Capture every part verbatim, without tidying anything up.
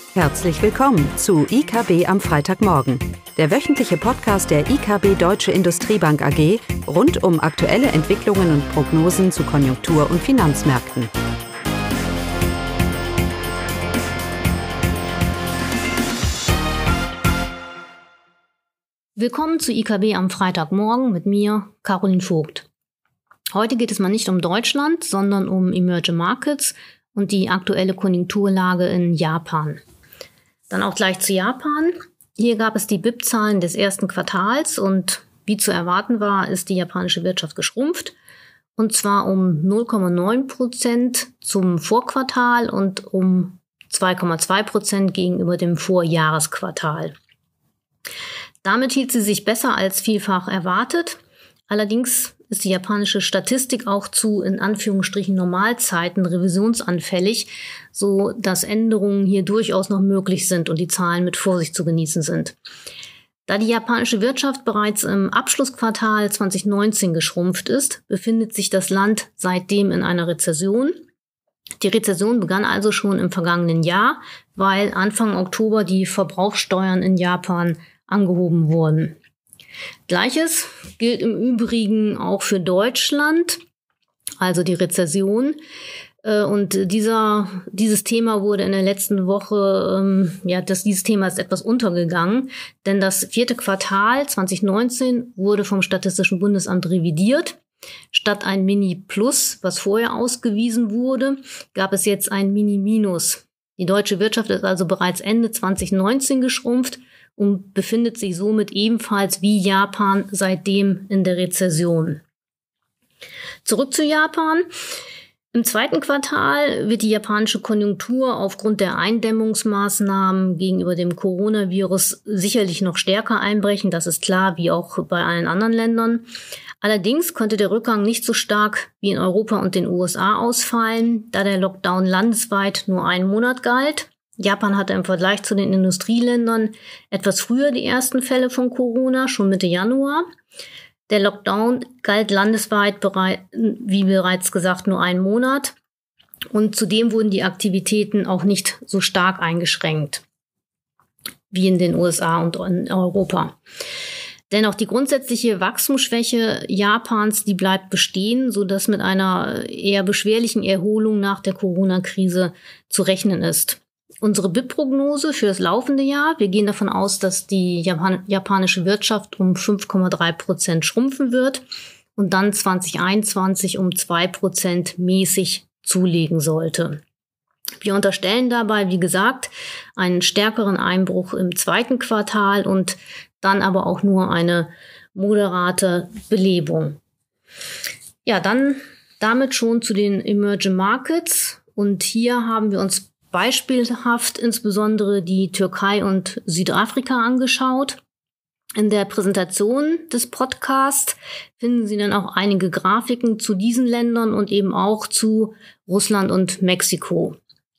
Herzlich willkommen zu I K B am Freitagmorgen, der wöchentliche Podcast der I K B Deutsche Industriebank A G rund um aktuelle Entwicklungen und Prognosen zu Konjunktur- und Finanzmärkten. Willkommen zu I K B am Freitagmorgen mit mir, Caroline Vogt. Heute geht es mal nicht um Deutschland, sondern um Emerging Markets und die aktuelle Konjunkturlage in Japan. Dann auch gleich zu Japan. Hier gab es die B I P-Zahlen des ersten Quartals und wie zu erwarten war, ist die japanische Wirtschaft geschrumpft. Und zwar um null Komma neun Prozent zum Vorquartal und um zwei Komma zwei Prozent gegenüber dem Vorjahresquartal. Damit hielt sie sich besser als vielfach erwartet. Allerdings ist die japanische Statistik auch zu, in Anführungsstrichen, Normalzeiten revisionsanfällig, so dass Änderungen hier durchaus noch möglich sind und die Zahlen mit Vorsicht zu genießen sind. Da die japanische Wirtschaft bereits im Abschlussquartal zwanzig neunzehn geschrumpft ist, befindet sich das Land seitdem in einer Rezession. Die Rezession begann also schon im vergangenen Jahr, weil Anfang Oktober die Verbrauchssteuern in Japan angehoben wurden. Gleiches gilt im Übrigen auch für Deutschland, also die Rezession. Und dieser, dieses Thema wurde in der letzten Woche, ja, das, dieses Thema ist etwas untergegangen, denn das vierte Quartal zwanzig neunzehn wurde vom Statistischen Bundesamt revidiert. Statt ein Mini-Plus, was vorher ausgewiesen wurde, gab es jetzt ein Mini-Minus. Die deutsche Wirtschaft ist also bereits Ende zwanzig neunzehn geschrumpft und befindet sich somit ebenfalls wie Japan seitdem in der Rezession. Zurück zu Japan. Im zweiten Quartal wird die japanische Konjunktur aufgrund der Eindämmungsmaßnahmen gegenüber dem Coronavirus sicherlich noch stärker einbrechen. Das ist klar, wie auch bei allen anderen Ländern. Allerdings könnte der Rückgang nicht so stark wie in Europa und den U S A ausfallen, da der Lockdown landesweit nur einen Monat galt. Japan hatte im Vergleich zu den Industrieländern etwas früher die ersten Fälle von Corona, schon Mitte Januar. Der Lockdown galt landesweit, bereit, wie bereits gesagt, nur einen Monat. Und zudem wurden die Aktivitäten auch nicht so stark eingeschränkt wie in den U S A und in Europa. Dennoch die grundsätzliche Wachstumsschwäche Japans, die bleibt bestehen, sodass mit einer eher beschwerlichen Erholung nach der Corona-Krise zu rechnen ist. Unsere B I P-Prognose für das laufende Jahr, wir gehen davon aus, dass die Japan- japanische Wirtschaft um fünf Komma drei Prozent schrumpfen wird und dann zwanzig einundzwanzig um zwei Prozent mäßig zulegen sollte. Wir unterstellen dabei, wie gesagt, einen stärkeren Einbruch im zweiten Quartal und dann aber auch nur eine moderate Belebung. Ja, dann damit schon zu den Emerging Markets. Und hier haben wir uns beispielhaft insbesondere die Türkei und Südafrika angeschaut. In der Präsentation des Podcasts finden Sie dann auch einige Grafiken zu diesen Ländern und eben auch zu Russland und Mexiko.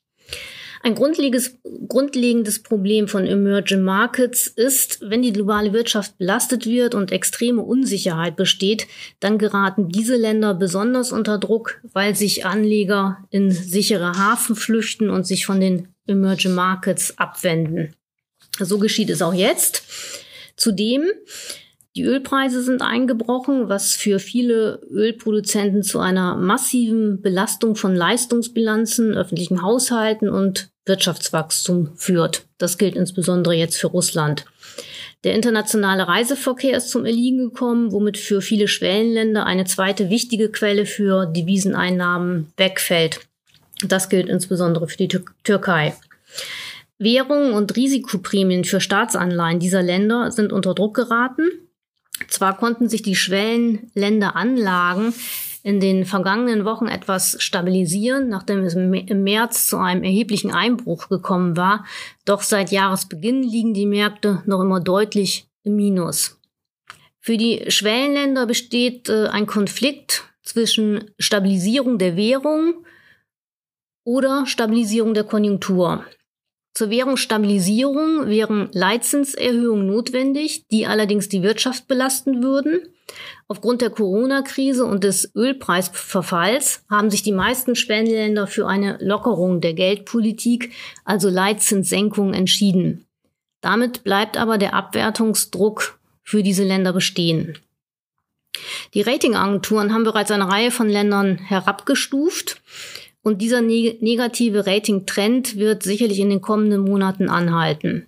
Ein grundlegendes, grundlegendes Problem von Emerging Markets ist, wenn die globale Wirtschaft belastet wird und extreme Unsicherheit besteht, dann geraten diese Länder besonders unter Druck, weil sich Anleger in sichere Hafen flüchten und sich von den Emerging Markets abwenden. So geschieht es auch jetzt. Zudem, die Ölpreise sind eingebrochen, was für viele Ölproduzenten zu einer massiven Belastung von Leistungsbilanzen, öffentlichen Haushalten und Wirtschaftswachstum führt. Das gilt insbesondere jetzt für Russland. Der internationale Reiseverkehr ist zum Erliegen gekommen, womit für viele Schwellenländer eine zweite wichtige Quelle für Deviseneinnahmen wegfällt. Das gilt insbesondere für die Tür- Türkei. Währungen und Risikoprämien für Staatsanleihen dieser Länder sind unter Druck geraten. Zwar konnten sich die Schwellenländer Anlagen in den vergangenen Wochen etwas stabilisieren, nachdem es im März zu einem erheblichen Einbruch gekommen war, doch seit Jahresbeginn liegen die Märkte noch immer deutlich im Minus. Für die Schwellenländer besteht äh, ein Konflikt zwischen Stabilisierung der Währung oder Stabilisierung der Konjunktur. Zur Währungsstabilisierung wären Leitzinserhöhungen notwendig, die allerdings die Wirtschaft belasten würden. Aufgrund der Corona-Krise und des Ölpreisverfalls haben sich die meisten Spendenländer für eine Lockerung der Geldpolitik, also Leitzinssenkung, entschieden. Damit bleibt aber der Abwertungsdruck für diese Länder bestehen. Die Ratingagenturen haben bereits eine Reihe von Ländern herabgestuft und dieser neg- negative Ratingtrend wird sicherlich in den kommenden Monaten anhalten.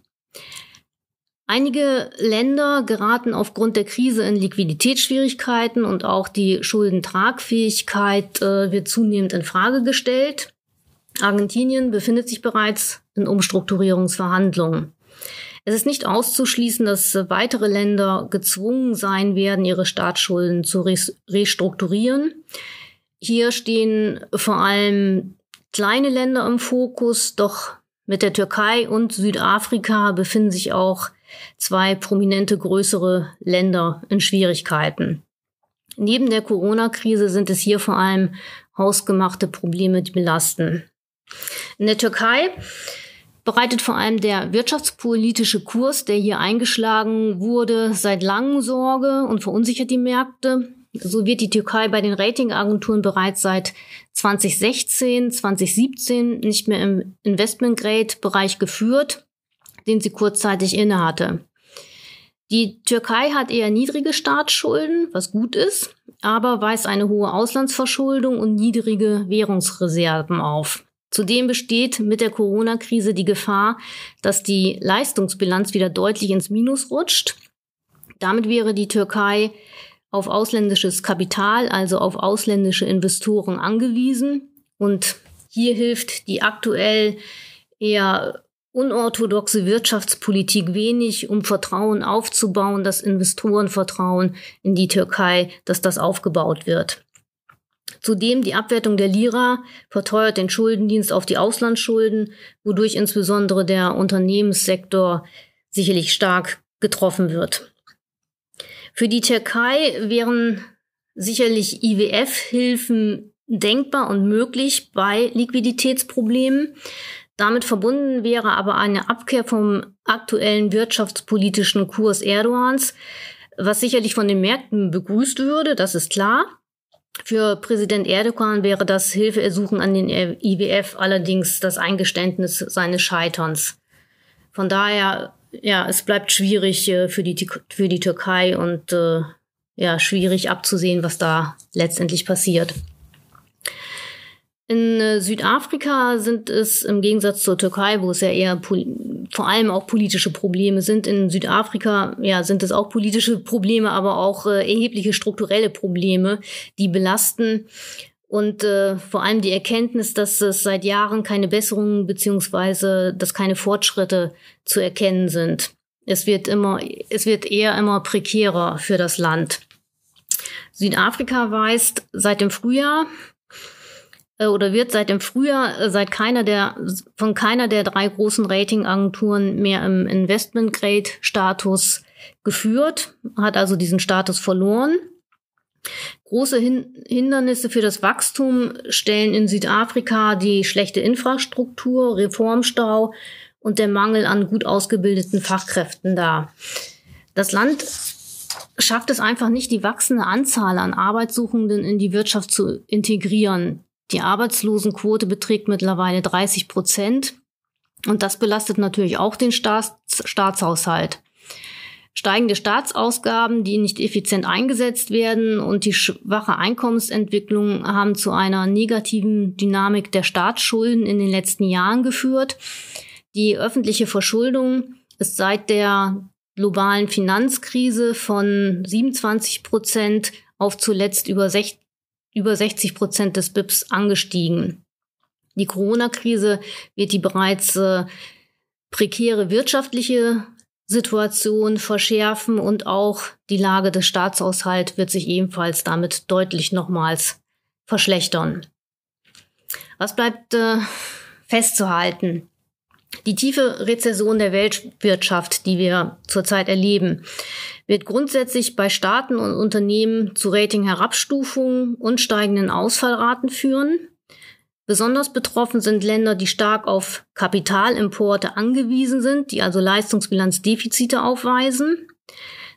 Einige Länder geraten aufgrund der Krise in Liquiditätsschwierigkeiten und auch die Schuldentragfähigkeit äh, wird zunehmend in Frage gestellt. Argentinien befindet sich bereits in Umstrukturierungsverhandlungen. Es ist nicht auszuschließen, dass weitere Länder gezwungen sein werden, ihre Staatsschulden zu res- restrukturieren. Hier stehen vor allem kleine Länder im Fokus, doch mit der Türkei und Südafrika befinden sich auch zwei prominente größere Länder in Schwierigkeiten. Neben der Corona-Krise sind es hier vor allem hausgemachte Probleme, die belasten. In der Türkei bereitet vor allem der wirtschaftspolitische Kurs, der hier eingeschlagen wurde, seit langem Sorge und verunsichert die Märkte. So wird die Türkei bei den Ratingagenturen bereits seit zwanzig sechzehn, zwanzig siebzehn nicht mehr im Investment-Grade-Bereich geführt, den sie kurzzeitig innehatte. Die Türkei hat eher niedrige Staatsschulden, was gut ist, aber weist eine hohe Auslandsverschuldung und niedrige Währungsreserven auf. Zudem besteht mit der Corona-Krise die Gefahr, dass die Leistungsbilanz wieder deutlich ins Minus rutscht. Damit wäre die Türkei auf ausländisches Kapital, also auf ausländische Investoren angewiesen. Und hier hilft die aktuell eher unorthodoxe Wirtschaftspolitik wenig, um Vertrauen aufzubauen, das Investorenvertrauen in die Türkei, dass das aufgebaut wird. Zudem die Abwertung der Lira verteuert den Schuldendienst auf die Auslandsschulden, wodurch insbesondere der Unternehmenssektor sicherlich stark getroffen wird. Für die Türkei wären sicherlich I W F-Hilfen denkbar und möglich bei Liquiditätsproblemen. Damit verbunden wäre aber eine Abkehr vom aktuellen wirtschaftspolitischen Kurs Erdogans, was sicherlich von den Märkten begrüßt würde, das ist klar. Für Präsident Erdogan wäre das Hilfeersuchen an den I W F allerdings das Eingeständnis seines Scheiterns. Von daher, ja, es bleibt schwierig äh, für die für die Türkei und äh, ja, schwierig abzusehen, was da letztendlich passiert. In äh, Südafrika sind es im Gegensatz zur Türkei, wo es ja eher pol- vor allem auch politische Probleme sind, in Südafrika ja sind es auch politische Probleme, aber auch äh, erhebliche strukturelle Probleme, die belasten. Und äh, vor allem die Erkenntnis, dass es seit Jahren keine Besserungen beziehungsweise dass keine Fortschritte zu erkennen sind. Es wird immer, es wird eher immer prekärer für das Land. Südafrika weist seit dem Frühjahr äh, oder wird seit dem Frühjahr äh, seit keiner der von keiner der drei großen Ratingagenturen mehr im Investment-Grade-Status geführt, hat also diesen Status verloren. Große Hin- Hindernisse für das Wachstum stellen in Südafrika die schlechte Infrastruktur, Reformstau und der Mangel an gut ausgebildeten Fachkräften dar. Das Land schafft es einfach nicht, die wachsende Anzahl an Arbeitssuchenden in die Wirtschaft zu integrieren. Die Arbeitslosenquote beträgt mittlerweile dreißig Prozent und das belastet natürlich auch den Staats- Staatshaushalt. Steigende Staatsausgaben, die nicht effizient eingesetzt werden und die schwache Einkommensentwicklung haben zu einer negativen Dynamik der Staatsschulden in den letzten Jahren geführt. Die öffentliche Verschuldung ist seit der globalen Finanzkrise von siebenundzwanzig Prozent auf zuletzt über sechzig Prozent des B I Ps angestiegen. Die Corona-Krise wird die bereits äh, prekäre wirtschaftliche Situation verschärfen und auch die Lage des Staatshaushalts wird sich ebenfalls damit deutlich nochmals verschlechtern. Was bleibt äh, festzuhalten? Die tiefe Rezession der Weltwirtschaft, die wir zurzeit erleben, wird grundsätzlich bei Staaten und Unternehmen zu Rating-Herabstufungen und steigenden Ausfallraten führen. Besonders betroffen sind Länder, die stark auf Kapitalimporte angewiesen sind, die also Leistungsbilanzdefizite aufweisen.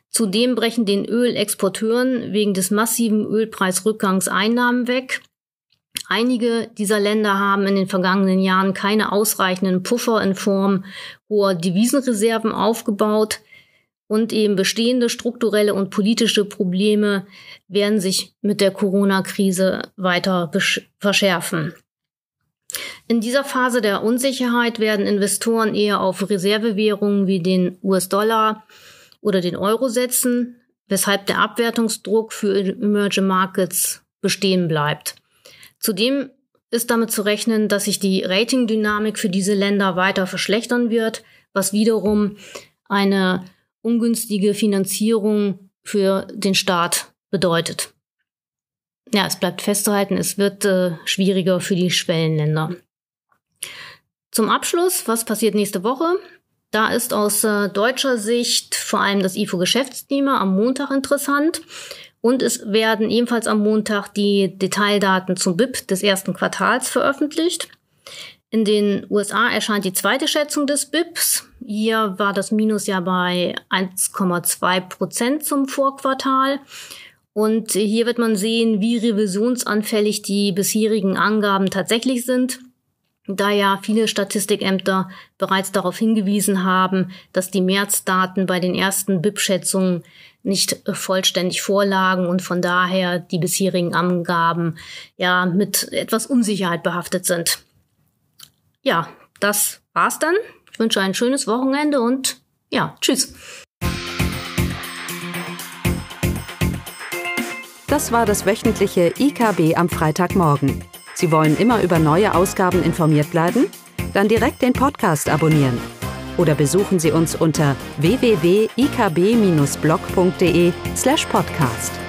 Zudem brechen den Ölexporteuren wegen des massiven Ölpreisrückgangs Einnahmen weg. Einige dieser Länder haben in den vergangenen Jahren keine ausreichenden Puffer in Form hoher Devisenreserven aufgebaut und eben bestehende strukturelle und politische Probleme werden sich mit der Corona-Krise weiter verschärfen. In dieser Phase der Unsicherheit werden Investoren eher auf Reservewährungen wie den U S-Dollar oder den Euro setzen, weshalb der Abwertungsdruck für Emerging Markets bestehen bleibt. Zudem ist damit zu rechnen, dass sich die Ratingdynamik für diese Länder weiter verschlechtern wird, was wiederum eine ungünstige Finanzierung für den Staat bedeutet. Ja, es bleibt festzuhalten, es wird äh, schwieriger für die Schwellenländer. Zum Abschluss, was passiert nächste Woche? Da ist aus äh, deutscher Sicht vor allem das I F O-Geschäftsklima am Montag interessant. Und es werden ebenfalls am Montag die Detaildaten zum B I P des ersten Quartals veröffentlicht. In den U S A erscheint die zweite Schätzung des B I Ps. Hier war das Minus ja bei eins Komma zwei Prozent zum Vorquartal. Und hier wird man sehen, wie revisionsanfällig die bisherigen Angaben tatsächlich sind, da ja viele Statistikämter bereits darauf hingewiesen haben, dass die Märzdaten bei den ersten B I P-Schätzungen nicht vollständig vorlagen und von daher die bisherigen Angaben ja mit etwas Unsicherheit behaftet sind. Ja, das war's dann. Ich wünsche ein schönes Wochenende und ja, tschüss. Das war das wöchentliche I K B am Freitagmorgen. Sie wollen immer über neue Ausgaben informiert bleiben? Dann direkt den Podcast abonnieren. Oder besuchen Sie uns unter w w w punkt i k b bindestrich blog punkt d e slash podcast.